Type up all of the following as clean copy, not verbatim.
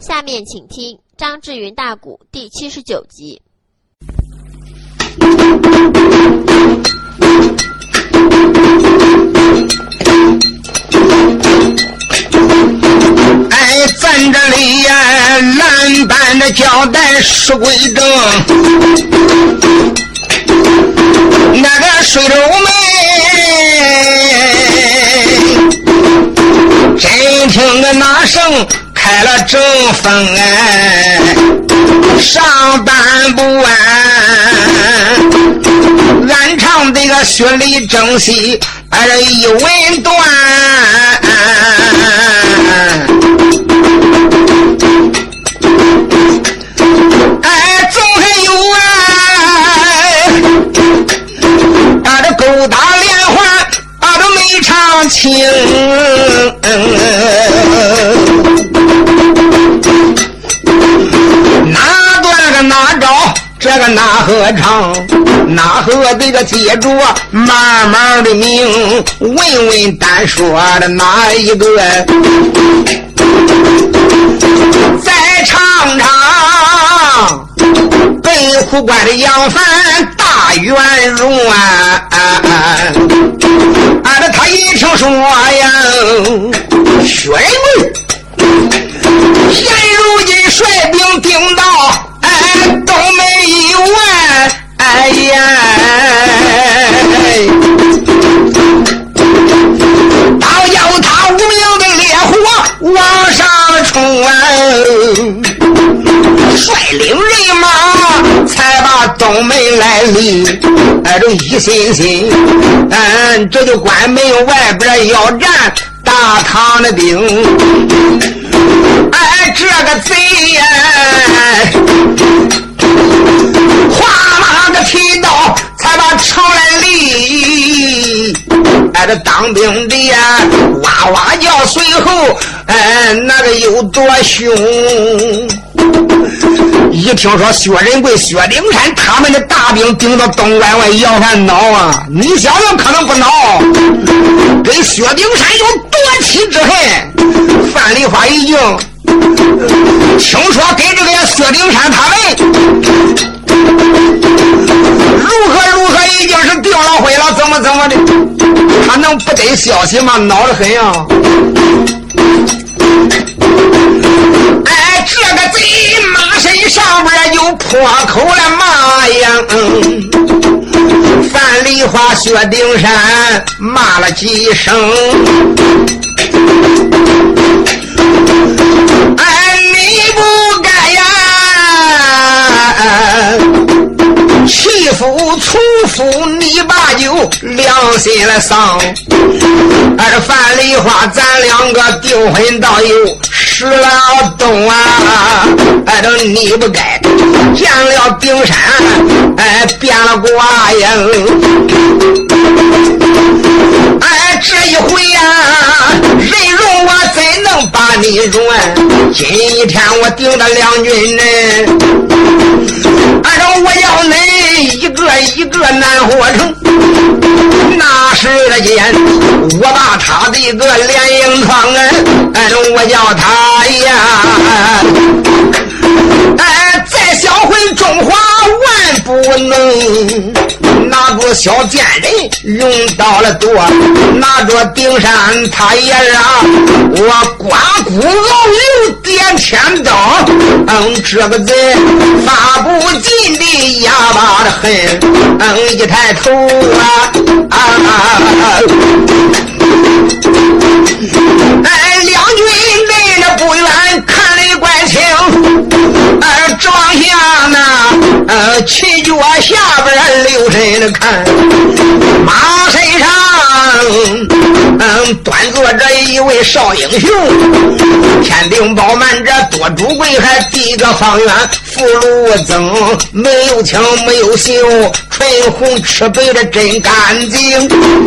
下面请听张志云大鼓第79集。 哎，咱这里呀，蓝板的交代是规正，那个水柔妹真听个那声开了正风，哎，上班不完，俺唱这个血里正气，哎，这一文断，哎，总还有啊，这勾搭连环啊，都没唱清，哪段个哪招，这个哪合唱，哪合这个接住慢慢的明，问问单说的哪一个，再唱唱北湖关的杨帆大圆融啊，这他一听说呀，薛仁贵现如今率兵顶到哎东北一万，哎呀，倒叫他无名的烈火往上冲啊，率领人马才把东门来离，哎，这一心心，这就关门外边要战大唐的兵，哎，这个贼呀，画马个提刀才把城来立，哎，这当兵的呀哇哇叫，随后哎那个有多凶，一听说薛仁贵薛丁山他们的大兵顶到东关外，要饭恼啊，你想想可能不恼，跟薛丁山有夺妻之恨，范梨花已经听说跟这个薛丁山他们如何已经是掉了灰了，怎么的，他能不得消息吗？恼得很呀，哎，这个贼马身上边就破口了骂呀，范梨花薛丁山骂了几声，哎，你不该呀欺负粗夫，你把酒良心来丧，哎，这范梨花咱两个订婚到有10了冬啊，哎，这你不该见了丁山，哎，变了卦呀，哎，这一回呀，人容我怎能把你容？今一天我定了两军呢，按照我要恁一个一个难活成，那时间我把他的一个连营窗按照我叫他呀，哎，再销毁中华万不能，拿着小贱人用到了多，拿着丁山他也让我刮骨熬油点千刀，这个贼发不尽的哑巴的恨，一抬头哎，两军内的不远看了一怪情，庄下呢骑脚下边留神的看，马身上端坐着一位少英雄，天庭饱满着多主贵，还第一个方圆福禄增，没有枪没有袖，唇红齿白的真干净，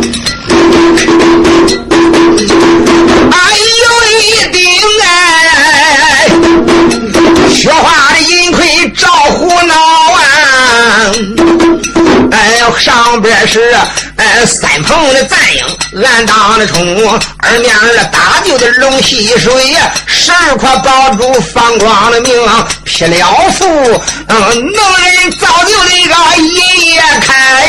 有一顶哎雪花的银盔照胡脑啊，哎上边是三棚的赞应俺当的冲，二面的大舅的龙戏水，12块宝珠放光的明，披了符能人造就的一个银叶开，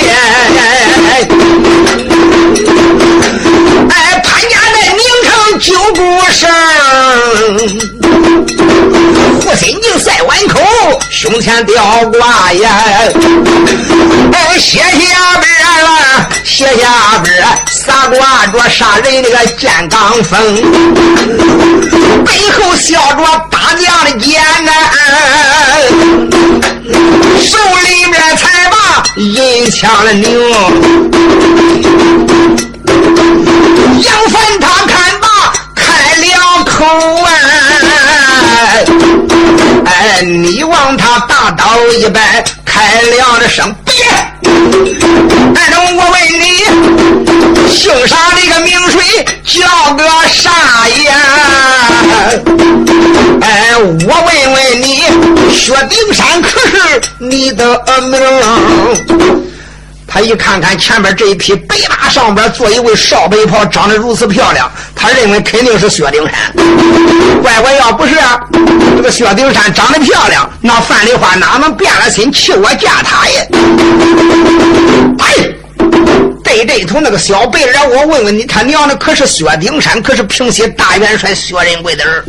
潘家在名城九股省，护心镜赛碗口胸前吊挂呀，写下边了，写下边撒挂着杀人那个剑钢锋，背后笑着打将的剑手里面才把银枪的拧，杨帆他看罢开了口你往他大刀一摆开了的声，别我问你姓啥这个名水叫个啥呀？我问问你薛丁山可是你的名？他一看看前面这一匹白马上边坐一位少白袍，长得如此漂亮，他认为肯定是薛丁山。乖乖，要不是这个薛丁山长得漂亮，那范丽花哪能变了心气我嫁他呀？对这头那个小白脸，我问问你，他娘的可是薛丁山，可是平西大元帅薛仁贵的儿。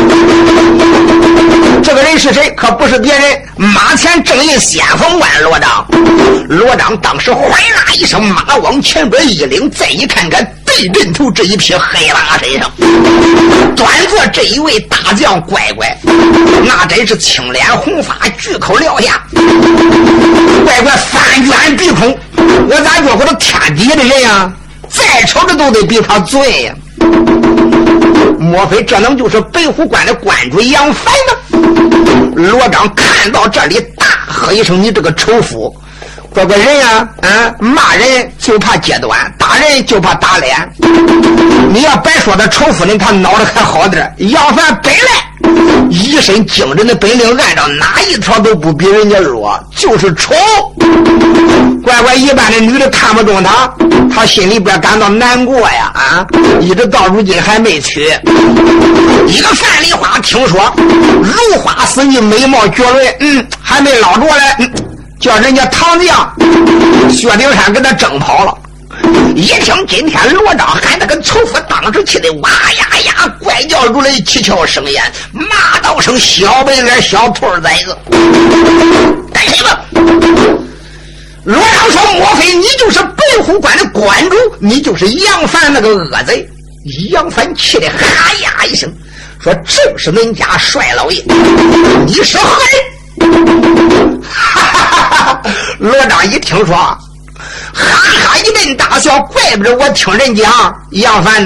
这个人是谁？可不是别人，马前正印先锋官罗章。罗章当时哗啦一声，马往前边一领，再一看看对阵头这一匹黑马身上端坐这一位大将乖乖，那真是青脸红发，巨口獠牙，乖乖翻卷鼻孔，我咋觉得天底下的人呀，再瞅着都得比他醉呀。莫非这能就是北虎关的关主杨凡呢？罗章看到这里大喝一声，你这个丑妇！这个人呀，骂人就怕揭短，打人就怕打脸。你要白说他丑妇人，他脑袋还好点。杨凡本来一身精神的本领，按照哪一条都不比人家弱，就是丑。乖乖，一般的女的看不中他，他心里边感到难过呀，一直到如今还没娶。一个范丽花听说如花似玉，美貌绝伦，还没捞着嘞，叫人家唐将薛丁山给他整跑了。一听今天罗章喊那个仇妇，当时气得哇呀呀怪叫如雷，七窍生烟，骂道声小白脸小兔崽子，干什么？罗章说，莫非你就是北虎关的关主，你就是杨凡那个恶贼？杨凡气得哈呀一声说，正是恁家帅老爷，你是何人？哈哈哈！罗章一听说，哈哈一阵大笑，怪不得我听人讲杨凡呢。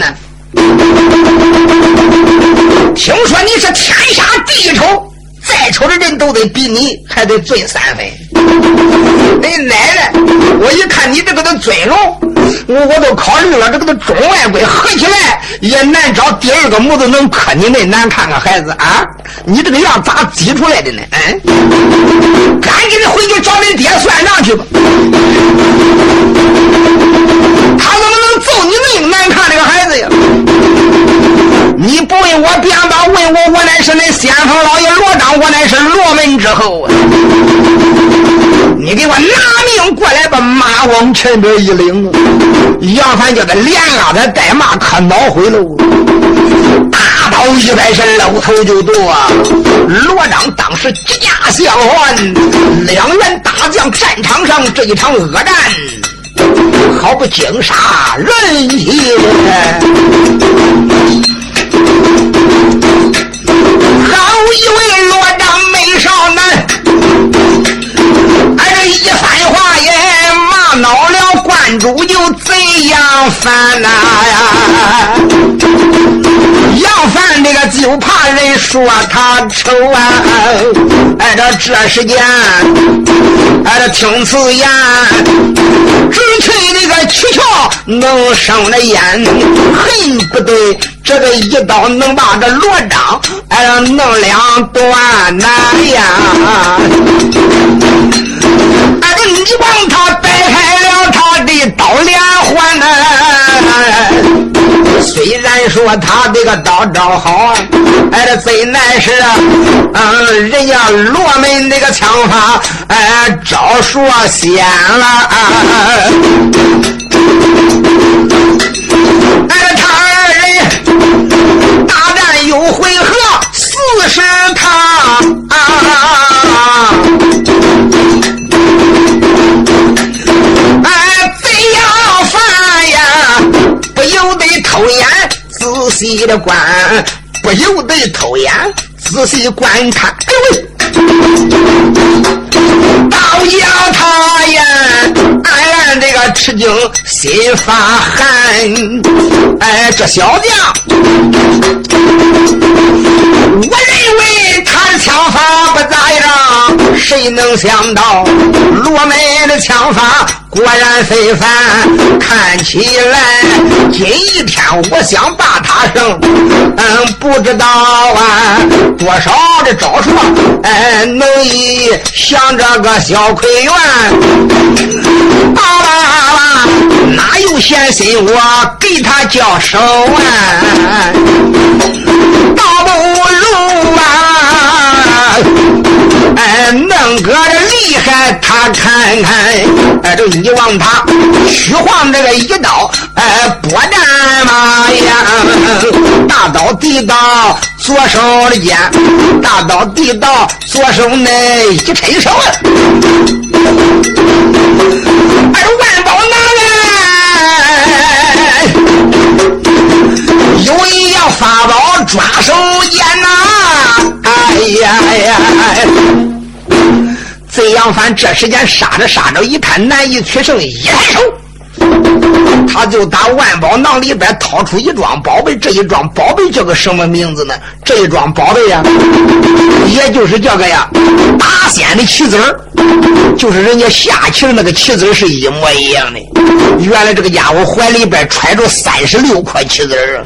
听说你是天下第一丑，再丑的人都得比你还得尊3分。哎奶奶，我一看你这个的尊容，我都考虑了，这个的中外鬼合起来也难找第二个模子能克你那难看个孩子啊！你这个样咋挤出来的呢？赶紧的回去找你爹算账去吧。他怎么能揍你那么难看这个孩子呀？你不问我便吧，问我乃是那先锋老爷罗章，我乃是罗门之后啊！你给我拿命过来，把马往前边一领，杨凡叫他连拉他带骂，可恼毁了。大刀一摆身，露头就剁。罗章当时几家相还，两员大将战场上这一场恶战，好不惊杀人也。好一位罗章美少男，这一番话也骂恼了关主，就贼杨凡呐呀！杨凡这个就怕人说他丑啊！这时间，这听此言，只去那个躯壳能生了烟，恨不得这个一刀能把这罗章弄两断呐呀！你帮他掰开了他的刀连环呢，虽然说他这个刀招好，这贼乃是人家罗门那个枪法招数险了他二人大战有回合40趟贼要犯呀，不由得偷眼仔细的观，不由得偷眼仔细观看。哎呦刀架他呀，俺这个吃惊心发寒。这小将我认为他的枪法不咋样，谁能想到罗梅的枪法果然非凡，看起来今一天我想把他胜不知道多少的招数能以像这个小魁元哪有闲心我给他交手倒不如弄个厉害他看看这你往他虚晃这个一刀拨战嘛呀，大刀地刀左手的剑，大刀地刀左手内一伸手万宝拿来有一样法宝抓手剑哎呀贼杨帆这时间杀着一看难以取胜，一抬手他就打万宝囊里边掏出一桩宝贝，这一桩宝贝叫个什么名字呢？这一桩宝贝呀也就是这个呀大仙的棋子儿，就是人家下棋的那个棋子是一模一样的。原来这个家伙怀里边揣着36块棋子儿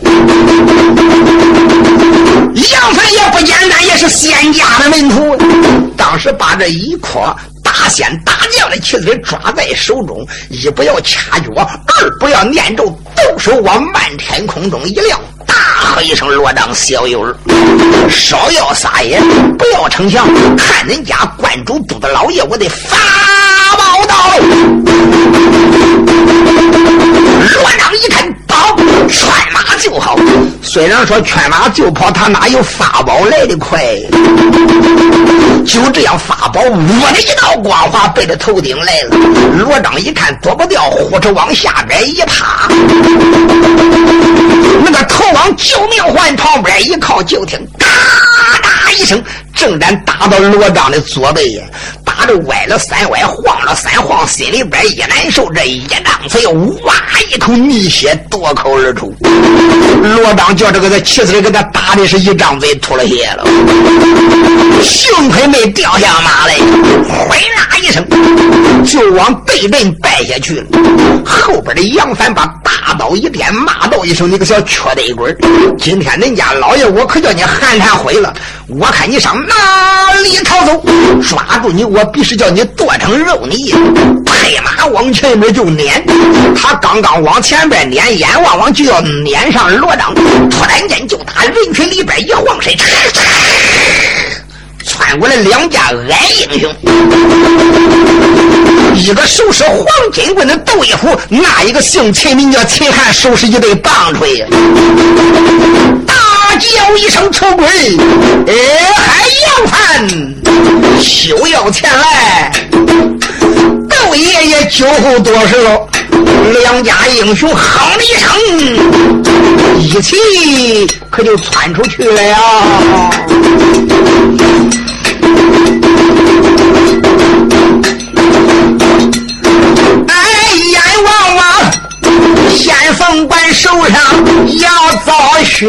杨帆也不简单，也是仙家的门徒。当时把这一颗大仙大将的棋子抓在手中，一不要掐脚，二不要念咒，动手往漫天空中一撂，大喝一声罗章小友儿，稍要撒野不要逞强，看人家观主督的老爷我的法宝刀。罗章一看跑，劝马就好。虽然说劝马就跑，他哪有法宝来的快？就这样法宝我的一道光华被他头顶来了。罗章一看躲不掉，呼哧往下边一趴，那个头往救命环旁边一靠，就听嘎哒一声，正然打到罗章的左背呀，打着歪了三歪，晃了三晃，心里边一难受，这一张嘴哇一口逆血夺口而出。罗章叫这个棋子给他打的是一张嘴吐了血了，幸亏没掉下马来，哗啦一声就往对阵败下去了。后边的杨帆把大刀一点，骂道一声：“你个小缺德鬼！今天人家老爷我可叫你寒炭毁了，我看你上哪里逃走？抓住你，我必须叫你剁成肉泥！”拍马往前面就撵，他刚刚往前边撵，眼望望就要撵上罗章，突然间就打人群里边一晃身，窜过来两架矮英雄，一个手持黄金棍的斗一虎，那一个姓秦名叫秦汉，手持一对棒槌，大叫一声丑鬼，还杨帆休要前来，窦爷爷救护多时，两家英雄哼了一声，一起可就窜出去了呀。眼望望先锋官手上要遭凶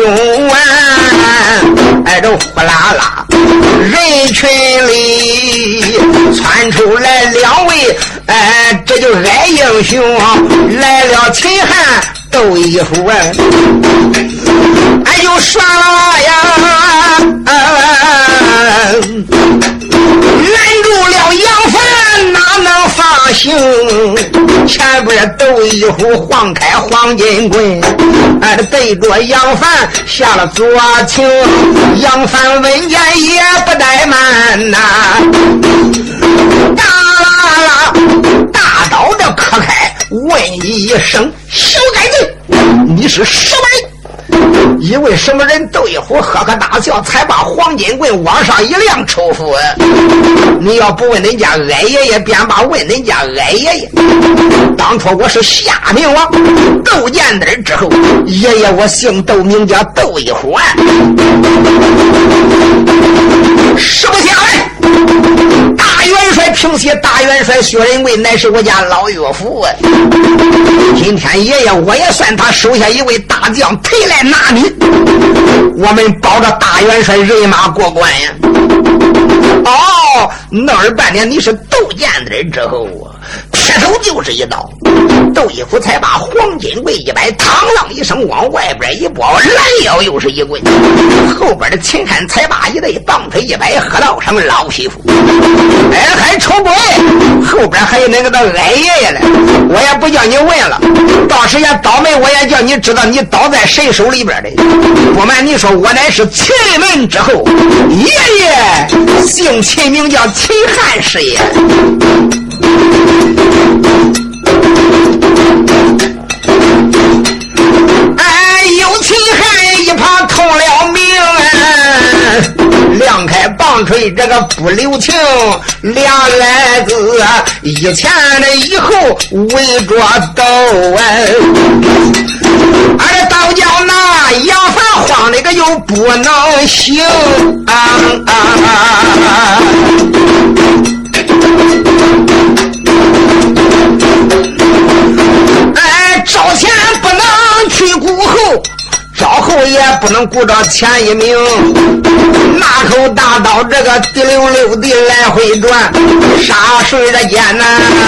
这呼啦啦人群里窜出来两位这就矮英雄来了，秦汉斗一虎就耍呀拦住了杨帆，哪能放行，前边斗一虎晃开黄金棍，对着杨帆下了左情。杨帆闻见也不怠慢呐，大刀的磕开，问一声：小改进，你是什么人？因为什么人？窦一虎呵呵大笑，才把黄金棍往上一亮，抽夫，你要不问人家矮爷爷，便把问人家矮爷爷。当初我是夏平王窦建德之后，爷爷我姓窦，名叫窦一虎啊。实不相瞒，大元帅平西大元帅薛仁贵乃是我家老岳父啊。今天爷爷我也算他手下一位大将，忒来拿你，我们保着大元帅人马过关呀。哦，弄了半天你是窦建德之后啊，劈头就是一刀，窦一虎才把黄金棍一摆，嘡啷一声往外边一拨，拦腰又是一棍，后边的秦汉才把一对棒腿一摆，喝道声老匹夫，哎，还丑鬼，后边还有那个的矮爷爷呢，我也不叫你问了，到时间倒霉我也叫你知道你倒在谁手里边的。不瞒你说，我乃是秦门之后，爷爷姓秦，名叫秦汉师爷。哎，有秦汉一旁通了名，亮开棒槌这个不留情，俩来子一前的以后围着斗而倒叫那杨帆慌那个又不能行哎，招前不能去顾后，招后也不能顾着前一名，那口大刀这个滴溜溜的来回转，杀水的艰难，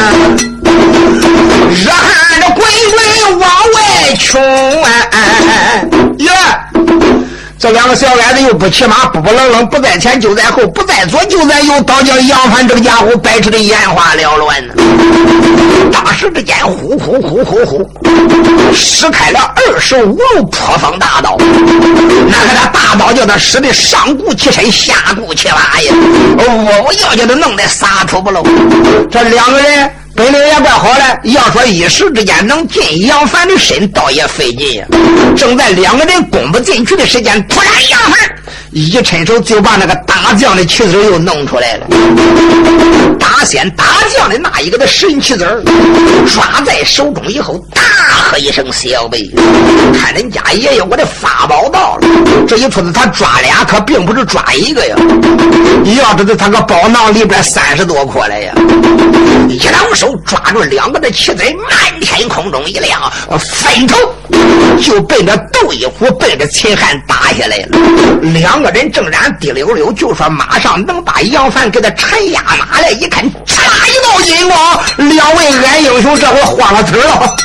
热汗的滚滚往外冲呀！这两个小矮子又不骑马，不冷冷，不在前就在后，不在左就在右，倒叫杨帆这个家伙摆出的眼花缭乱呢。当时之间呼呼呼呼呼使开了25路破风大刀，那个他大刀叫他使的上顾其身下顾其马呀，我要叫他弄得洒脱不漏。这两个人本领也怪好了，要说一时之间能进杨帆的身倒也费劲呀。正在两个人攻不进去的时间，突然杨帆一伸手就把那个大将的旗子又弄出来了。大仙大将的那一个的神旗子抓在手中以后，大喝一声：小辈，看人家爷爷我的法宝到了。这一出子他抓俩，可并不是抓一个呀，要知道他个宝囊里边30多颗来呀。一两手抓住两个的旗子，漫天空中一亮，分头就奔着窦一虎奔着秦汉打下来了。两个人正然滴溜溜，就说马上能把杨帆给他缠压马来，一看嚓一道金光，两位矮英雄这回慌了腿了。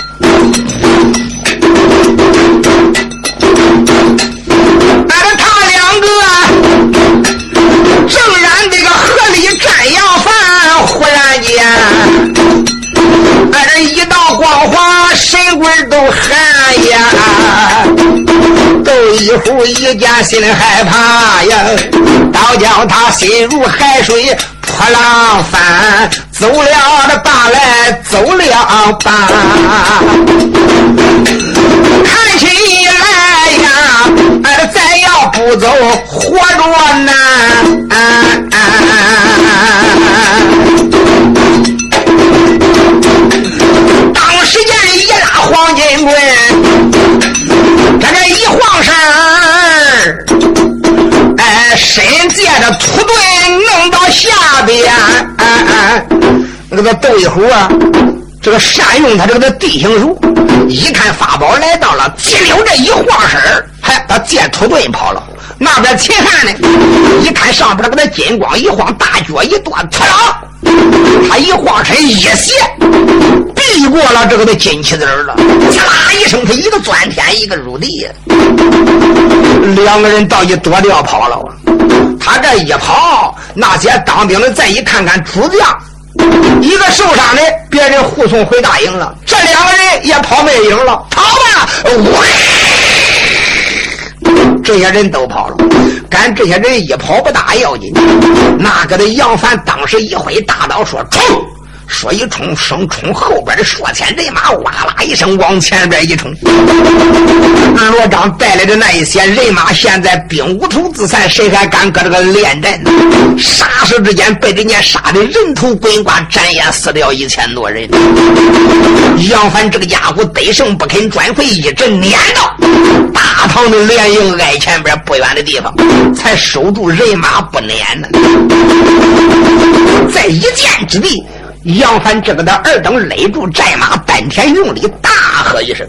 他两个正然这个河里战杨帆，忽然间这一道光华神鬼都喊呀，窦一虎一见心里害怕呀，倒叫他心如海水破浪翻，走了的罢来走了罢，看起来呀再要不走活着难当时间一拉黄金棍，这个一晃身身借着土墩弄到下边那个窦一虎啊，这个善用他这个的地形术，一看法宝来到了，急溜这一晃身他借土墩跑了。那边秦汉呢，一看上边这个的金光一晃，大脚一跺，突然他一晃身一斜避过了这个的金旗子了，嚓啦一声，他一个钻天一个入地，两个人倒一躲掉跑了。他这一跑，那些当兵的再一看看主将一个受伤的，别人护送回大营了，这两个人也跑没影了，跑吧！这些人都跑了，赶这些人一跑不大要紧，那个的杨凡当时一挥大刀说冲，说一冲生冲，后边的数千人马哇啦一声往前边一冲。罗章带来的那一些人马现在兵无头自散，谁还敢搁这个练阵呢？霎时之间被人家杀的人头滚瓜，斩眼死掉1000多人。杨凡这个家伙得胜不肯转回，一直撵到大唐的连营挨前边不远的地方，才守住人马不撵呢。在一箭之地，杨凡这个的二等勒住战马，丹田用力大喝一声：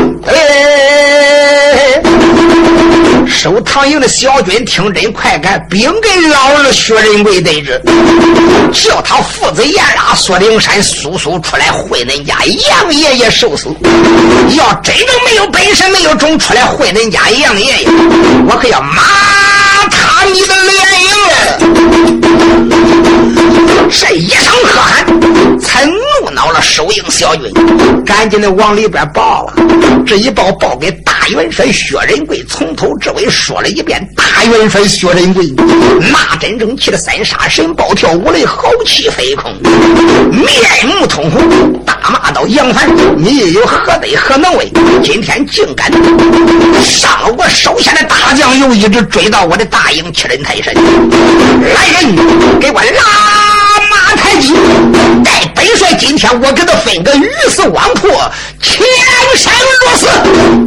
守唐营的小军听真快看，禀给老儿薛仁贵得知，叫他父子燕拉锁灵山速速出来会恁家杨爷爷受死。要真正没有本事没有种出来会恁家杨爷爷，我可要骂他你的连营。这一声喝喊才怒恼了守营小军，赶紧的往里边报了。这一报给大元帅薛仁贵，从头至尾说了一遍。大元帅薛仁贵那真正气的三杀神暴跳五雷，豪气飞空，面目通红，大骂道：杨凡，你有何德何能为？今天竟敢上了我手下的大将，又一直追到我的大营，欺人太甚！来人，给我拉马太极，待本帅今天我给他分个鱼死网破，全身如死。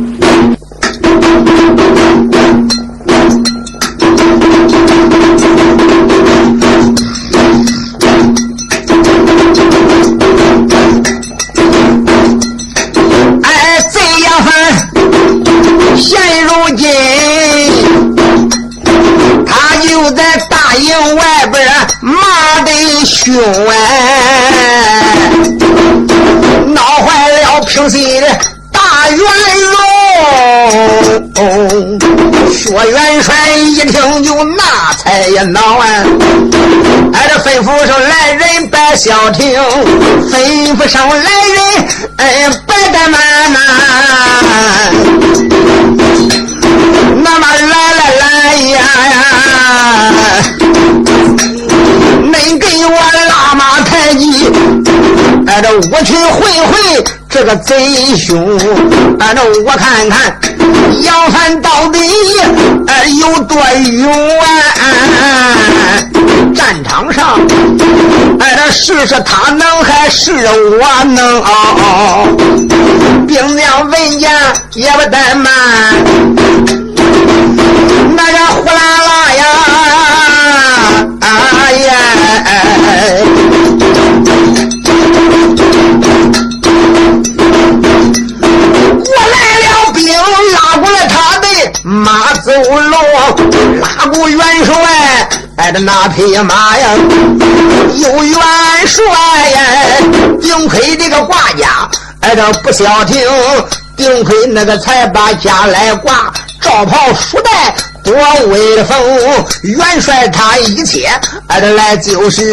哎，这样分现如今他就在大营外边骂得凶闹坏了平西的大元龙。薛元帅一听就那才也恼这吩咐上来人白小亭，吩咐上来人白怠慢那么来呀恁给我拉马太极，这我去会这个贼凶，这我看看杨凡到底有多勇战场上这是他能还是我能兵将文将也不怠慢，那个呼啦啦呀过来了兵，拉过来他的马走龙，拉过元帅这那匹马呀，有元帅顶亏这个挂甲这不消停，顶亏那个才把家来挂，罩袍束带多威风，元帅他一切这来就是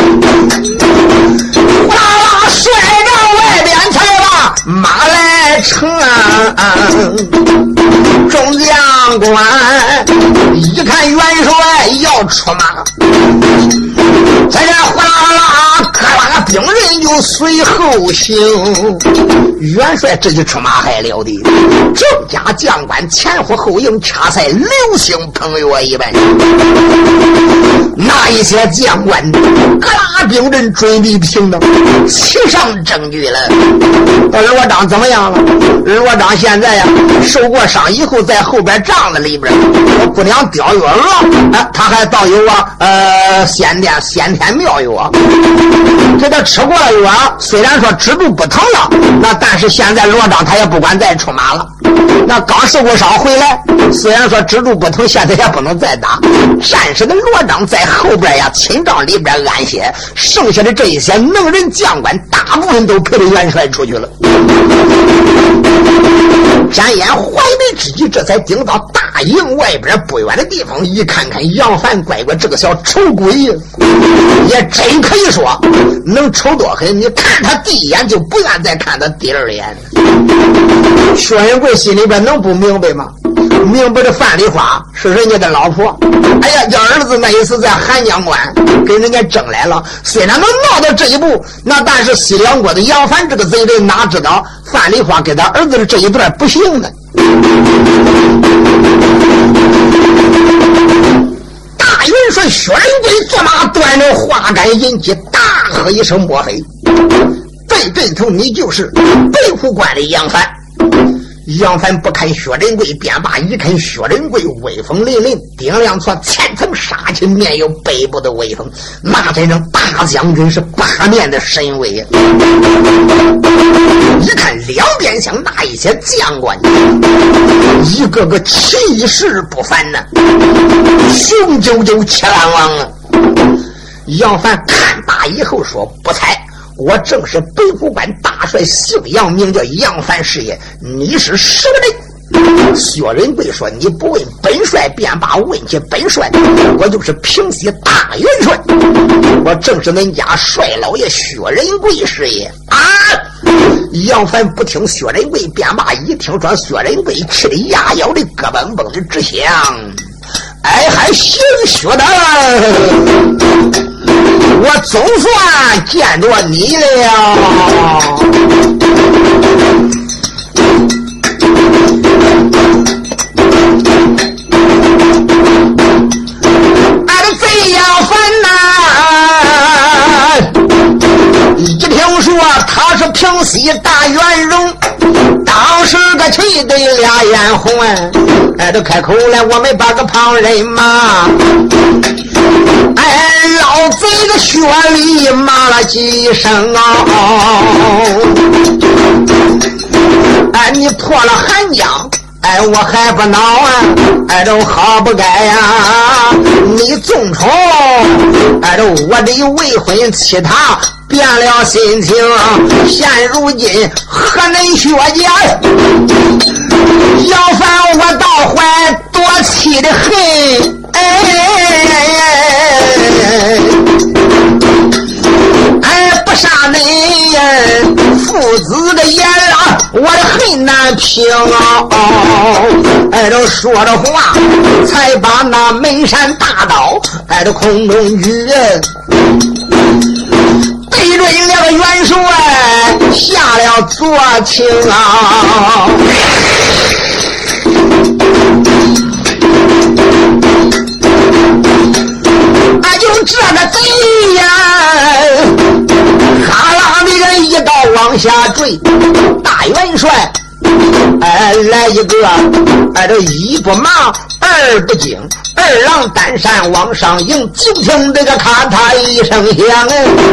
哗啦摔到外边才把马来乘众将官一看元帅要出马，在这哗啦啦可拉兵人就随后行，元帅这就出马还了得，众家将官前呼后应，恰赛流星捧月一般。那一些将官各拉兵人准备平等，齐上证据了。罗章怎么样了？罗章现在受过伤以后，在后边帐子里边，我姑娘雕月娥他还倒有先天妙药，给他吃过了药，虽然说止住不疼了，那但是现在罗章他也不管再出马了。那刚受过伤回来，虽然说止住不疼，现在也不能再打。战士的罗章在后边呀，寝帐里边安歇，剩下的这一些能人将官大部分都陪着元帅出去了。展眼怀美之际，这才顶到大营外边不远的地方，一看看杨凡乖乖这个小丑鬼，也真可以说能丑多狠，你看他第一眼就不愿再看他第二眼。薛仁贵心里边能不明白吗？明白这范丽花是人家的老婆，哎呀，这儿子那一次在寒江关跟人家争来了，虽然能闹到这一步，那但是西凉国的杨凡这个贼人哪知道范丽花给他儿子的这一段不幸呢？大元帅薛仁贵坐马端着花杆银旗，大喝一声：“莫非对对头，你就是北虎关的杨凡？”杨凡不看薛仁贵便罢，一看薛仁贵威风凛凛，顶两撮千层杀气，面有北部的威风，那真正大将军是八面的神威。一看两边厢那一些将官，一个个气势不凡呢，雄赳赳气昂昂啊。杨凡看罢以后说：“不才，我正是北虎关大帅，姓杨，名叫杨凡是也。你是什么人？”薛仁贵说：“你不问本帅便罢，问起本帅，我就是平西大元帅，我正是恁家帅老爷薛仁贵是也。”啊！杨凡不听薛仁贵便罢，一听说薛仁贵，气得牙咬的咯嘣嘣的直响。哎，还行薛的，我总算见着你了。俺的贼杨凡呐，一听说他是平西大元荣，当时个气得俩眼红啊！哎，都开口来，我们把个旁人骂，哎，老贼的血里骂了几声啊！哎，你破了寒江，哎，我还不恼啊！哎，都好不该呀！你纵宠，哎，都我的未婚妻他变了心情，现如今何能学家？杨凡我到怀多气的很，哎，不杀恁父子的言啊，我的很难平啊！哎，都说着话，才把那眉山大刀哎，都空中举，对准两个元帅下了左情啊！哎，就这个贼呀，哈啦的人一刀往下坠，大元帅哎，来一个哎，这一不忙二不惊，二郎单扇往上迎，就听这个咔嚓一声响，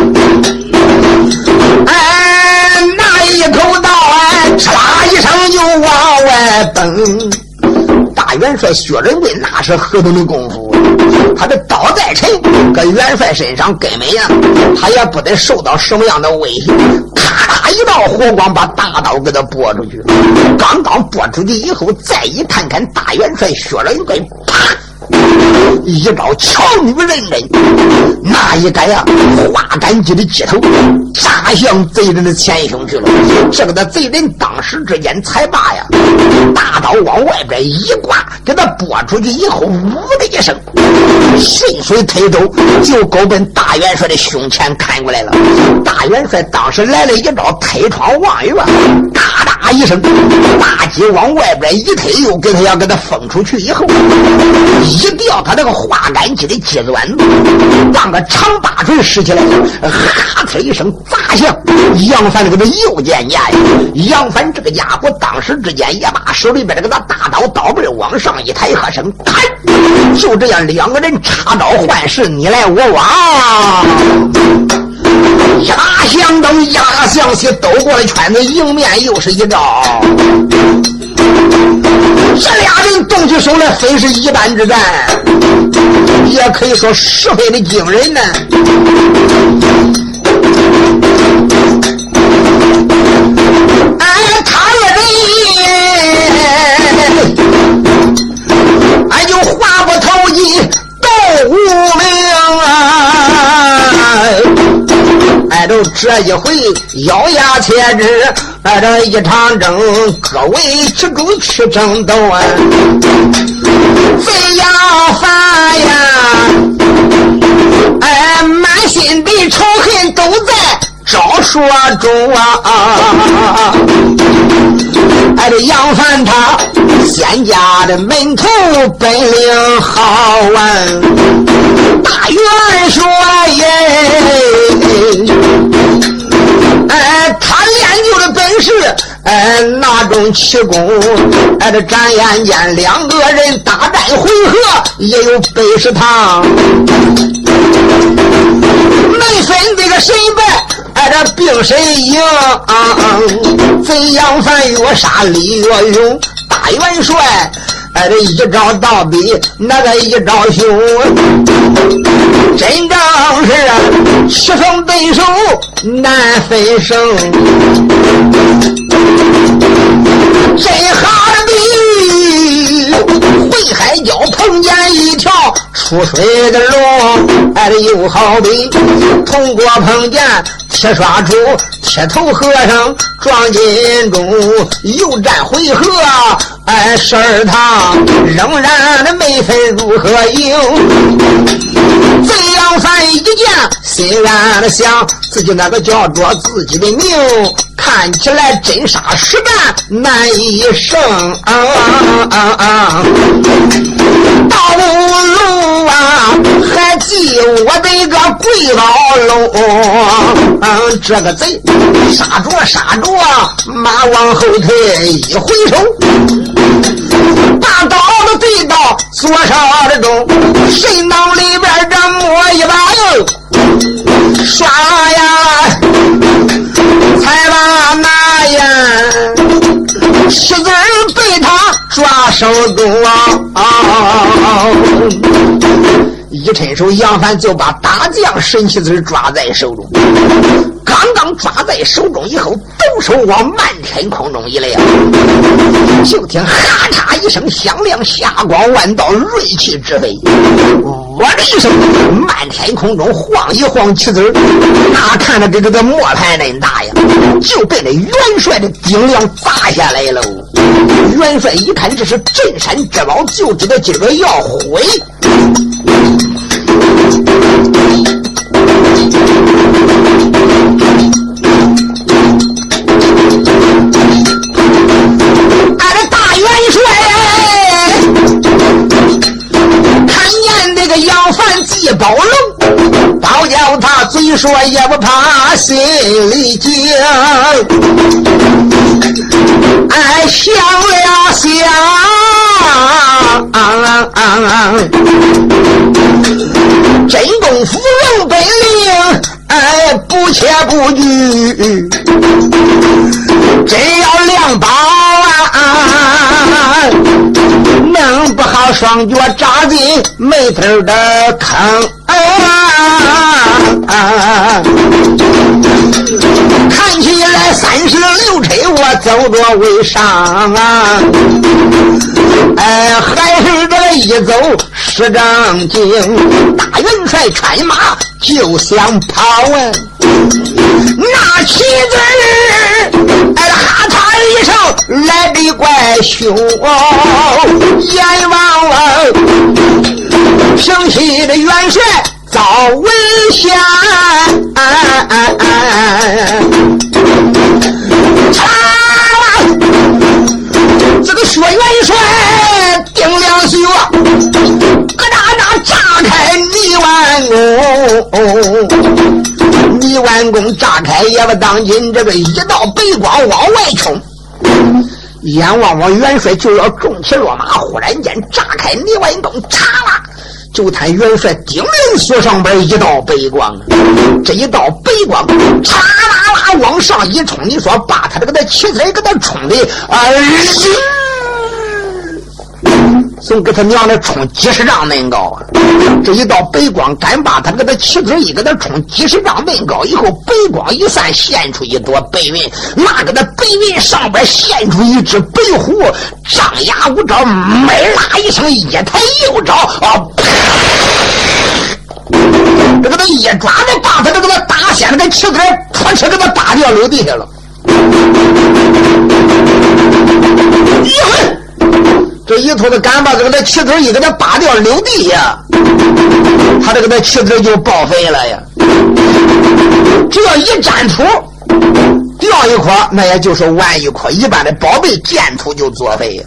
哎，那一口刀哎，哧啦一声就往外奔。大元帅薛仁贵那是何等的功夫，他的刀在沉，搁元帅身上根本呀，他也不得受到什么样的威胁。咔嚓一道火光把大刀给他拨出去，刚刚拨出去以后，再一看看大元帅薛仁贵，啪！一刀巧女人人，那一杆呀，花杆戟的击头扎向贼人的前胸去了。这个的贼人当时之间才罢呀，大刀往外边一挂，给他拨出去以后，呜的一声，顺水推舟就勾奔大元帅的胸前看过来了。大元帅当时来了一招推窗望月，咔嚓一声，大戟往外边一推，又给他要给他封出去以后，一掉他那个花杆戟的鸡钻，当个长八锤使起来，哈呲一声砸向杨凡这个右肩胛。杨凡这个家伙当时之间也把手里边这个大刀刀背往上一抬，喝声砍，就这样两个人插招换式，你来我往，压向东压向西，兜过了圈子，迎面又是一招。 这俩人动起手来非是一般之战，也可以说十分的惊人呢。他二人就话不投机斗无名都这一回咬牙切齿，这一场争，各为吃主去争斗贼要发呀，满心的仇恨都在招说中这杨凡他仙家的门徒本领好大元帅耶，他练就的本事那种气功这转眼间两个人大战回合也有80趟，没分这个谁败这并谁赢贼杨凡越杀李越勇，大元帅这一招到底，那个一招凶，真正是棋逢对手难分胜。真好的回海礁碰见一条出水的龙这又好比通过碰见铁刷出铁头和尚撞金钟，又战回合12趟，仍然的没分如何赢。贼杨凡一见心安的想，自己那个叫着自己的命，看起来真杀实干难以胜道路还记我的个贵宝龙这个贼杀着马往后退，一回手把刀的对到左手的中，神囊里边这摸一把哟，刷呀才把那呀棋子被他抓手中一伸手，杨凡就把大将神棋子抓在手中。刚刚抓在手中以后，抖手往漫天空中一撂，就听哈嚓一声响亮，霞光万道，锐气直飞。我的一声，漫天空中晃一晃棋子，那看着这个磨盘那大呀，就被那元帅的顶梁砸下来了。元帅一看这是镇山之宝，就知道今个要毁。这大元帅看见这个杨凡祭宝龙，包叫他嘴说也不怕，心里惊想了想真功夫用本领不切不拒，真要亮宝弄不好双脚扎进没头的坑看起来36车我走着为上还是这一走是正经，大元帅穿马就想跑那棋子哈嚓一声来得怪凶阎王平西的元帅早危险这个薛元帅定两袖咯哒哒炸开泥丸宫炸开也不当今这个一道白光往外冲，眼望望元帅就要重骑落马，忽然间炸开泥丸宫，嚓啦就看元帅顶梁锁上边一道白光，这一道白光嚓啦啦往上一冲，你说把他这个的棋子给他冲的总给他娘的冲几十丈那高啊！这一道北光敢把他给他齐腿一给他冲几十丈那高，以后北光一散，现出一朵白云，那个那白云上边现出一只白虎，张牙舞爪，没啦一声一抬右爪啊！这个他一抓的把他这个打下来，这齐腿扑哧给他打掉溜地下了。这一头的干巴这个气腿一给他拔掉溜地呀，他这个的气腿就报废了呀。只要一粘土掉一颗，那也就是完一颗，一般的宝贝见土就作废呀。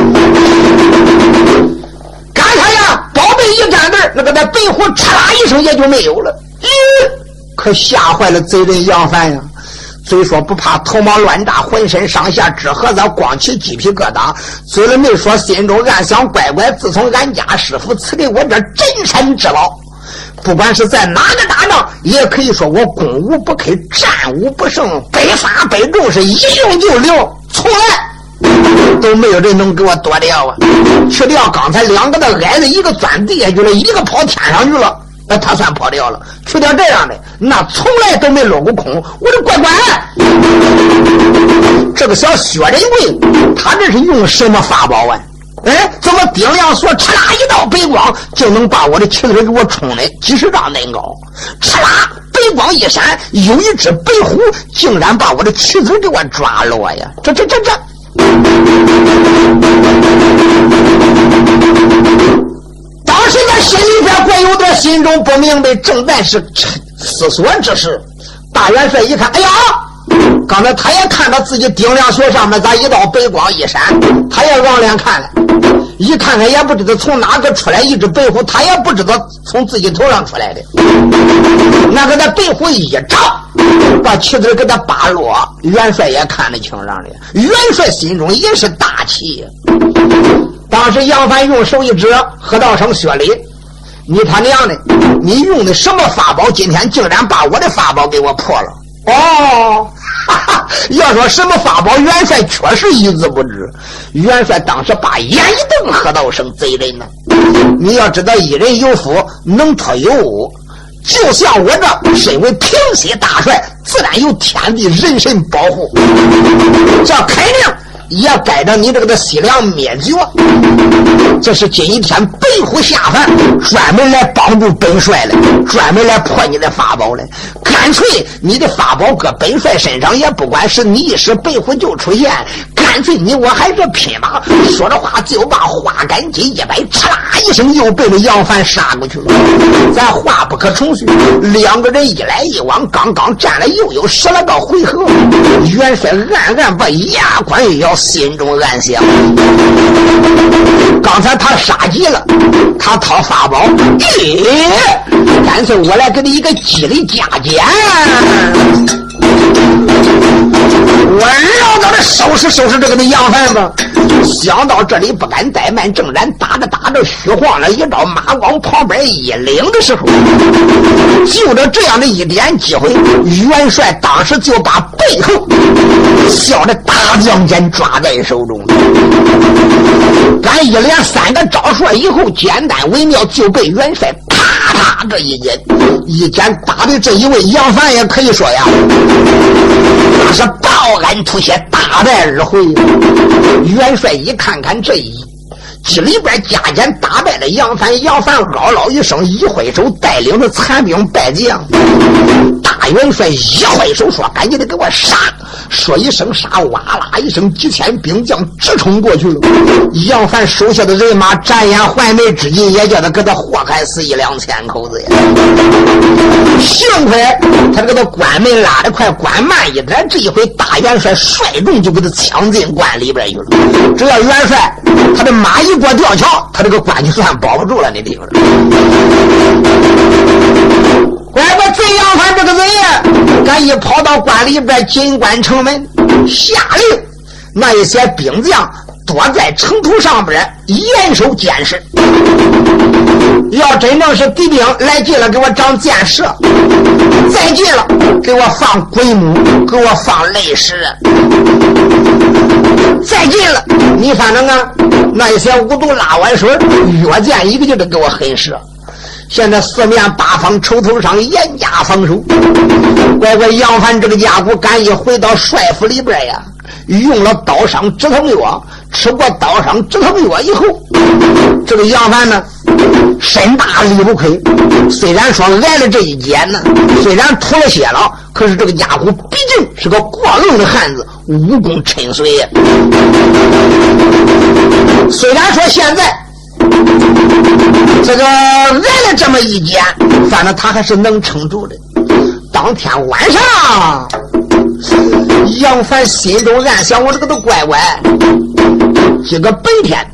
刚才呀，宝贝一粘地，那个白虎嚓啦一声也就没有了。可吓坏了贼人杨凡呀。虽说不怕头毛乱炸，浑身上下直盒子光起鸡皮疙瘩，嘴里没说，心中暗想，乖乖自从俺家师傅赐给我这镇山之宝，不管是在哪个大仗，也可以说我攻无不克，战无不胜，百发百中，是一用就灵，从来都没有人能给我躲掉啊！去掉刚才两个的矮子，一个钻地下去了，一个跑天上去了，那他算跑掉了。去掉这样的，那从来都没落过空。我的乖乖，这个小薛仁贵，他这是用什么法宝啊？哎，怎么顶梁锁嚓啦一道白光，就能把我的气腿给我冲的几十丈那高？嚓啦，白光一闪，有一只白虎竟然把我的气腿给我抓落呀！这。当时在心里边怪有点心中不明白，正在是思索之时，大元帅一看，哎呀，刚才他也看到自己顶梁穴上面咋一道白光一闪，他也往脸看了，一看看也不知道从哪个出来一只白虎，他也不知道从自己头上出来的，那个那白虎一照，把旗子给他拔落，元帅也看得清上的，元帅心中也是大气。当时杨凡用手一指，喝道声薛礼，你他娘的，你用的什么法宝，今天竟然把我的法宝给我破了？哦，哈哈，要说什么法宝，元帅确实一字不知。元帅当时把眼一瞪，喝道声贼人呢！你要知道一人有福，能脱有物，就像我这身为平西大帅，自然有天地人神保护，这肯定也该着你这个的西凉灭绝。这是今天白虎下凡，专门来帮助本帅来，专门来破你的法宝来。干脆你的法宝搁本帅身上也不管，是你一使白虎就出现，干脆你我还是拼吧。说着话就把花杆筋一摆，嚓啦一声又被那杨凡杀过去了。咱话不可重叙，两个人一来一往，刚刚战了又有10来个回合，元帅暗暗把牙关一咬，心中暗想，刚才他杀急了，他掏法宝，干脆我来给你一个激励加减，我老早的收拾收拾这个的杨凡吧。想到这里不敢怠慢，正然打着虚晃了一招，马往旁边一领的时候，就着这样的一点机会，元帅当时就把背后削的大将剑抓在手中。赶一连3个招数以后，简单微妙，就被元帅啪啪这一剑打的这一位杨凡也可以说呀，那是爆肝吐血，大败而回。元帅一看看这这里边加减打败了杨凡，杨凡嗷嗷一声，一挥手带领着残兵败将。大元帅一挥手说：“赶紧的给我杀！”说一声杀，哇啦一声，几千兵将直冲过去了。杨凡手下的人马眨眼还没之际，也叫他给他祸害死1、2千口子呀。幸亏他这个关门拉得快，关慢一点，这一回大元帅率众就给他抢进关里边去了。只要元帅他的马一过吊桥，他这个关就算保不住了，你听着。怪不得贼杨凡这个人敢一跑到关里边进关城门，下令那一些兵将躲在城土上边严守监视。要真正是敌兵来近了，给我长箭射；再近了，给我放鬼母，给我放泪石；再近了，你反正啊，那一些五毒拉碗水越见一个劲的给我黑射。现在四面八方城头上严加防守，乖乖杨凡这个家伙赶一回到帅府里边呀，用了刀伤止疼药，吃过刀伤止疼药以后，这个杨凡呢身大力不亏，虽然说挨了这一劫呢，虽然吐了血了，可是这个家伙毕竟是个光荣的汉子，武功趁随呀。虽然说现在这个挨了这么一劫，反正他还是能撑住的。当天晚上，杨凡心中暗想：我这个都乖乖，这个白天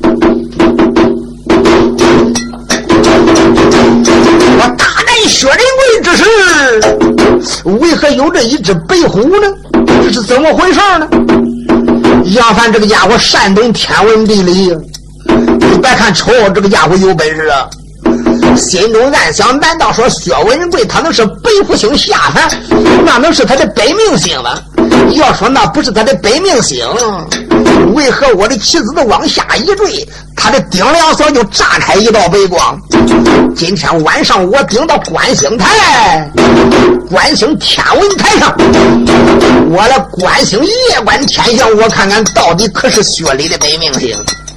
我大战薛仁贵之时，为何有这一只白虎呢？这是怎么回事呢？杨凡这个家伙善懂天文地理，你别看丑，这个家伙有本事啊！心中暗想：难道说薛文贵他能是白虎星下凡？那能是他的本命星吗？要说那不是他的本命星，为何我的棋子都往下一坠，他的顶梁所就炸开一道白光？今天晚上我顶到观星台，观星天文台上，我来观星夜观天象，我看看到底可是薛礼的本命星。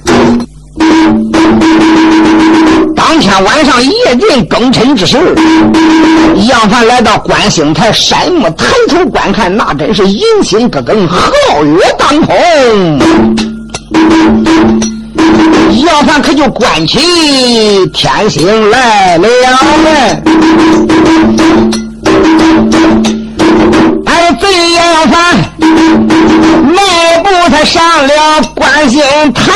当天晚上夜近庚辰之时，杨凡来到观星台山木，抬头观看，那真是银星各更，皓月当空。杨凡可就观起天星来了。哎，贼杨凡迈步他上了观星台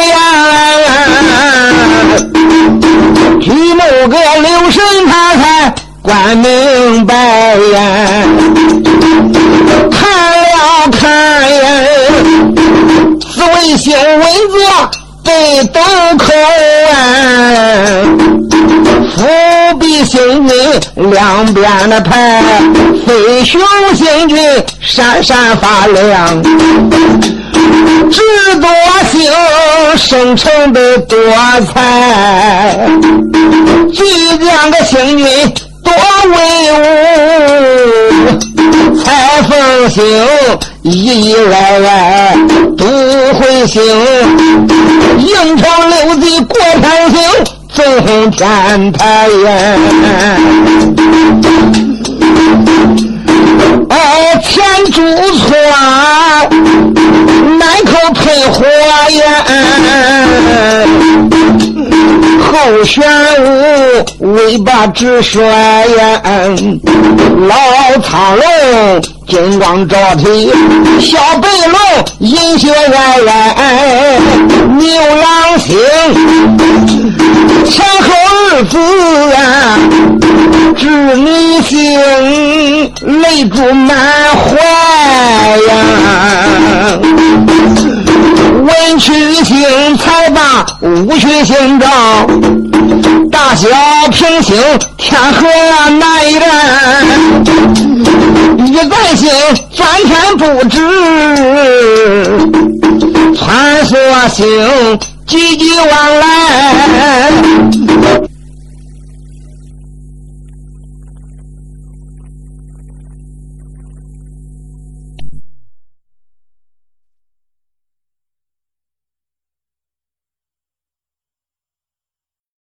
呀，举目个留神他才观明白呀，看了看呀，此为星文字被斗口啊，伏笔星君两边的牌，飞熊星君闪闪发亮，智多星生成的多彩，这两个星君多威武，彩凤星一来都会星，应城六地过天星，纵天台呀。前朱错南口喷火焰，后玄武尾巴直甩焰，老苍龙金光照体，小白龙银血冉冉，牛郎星前后日子啊，织女星泪珠满怀呀，文曲星才把武曲星照，大小平行天河南一站，玉簪星转天不知，穿梭星急急往来，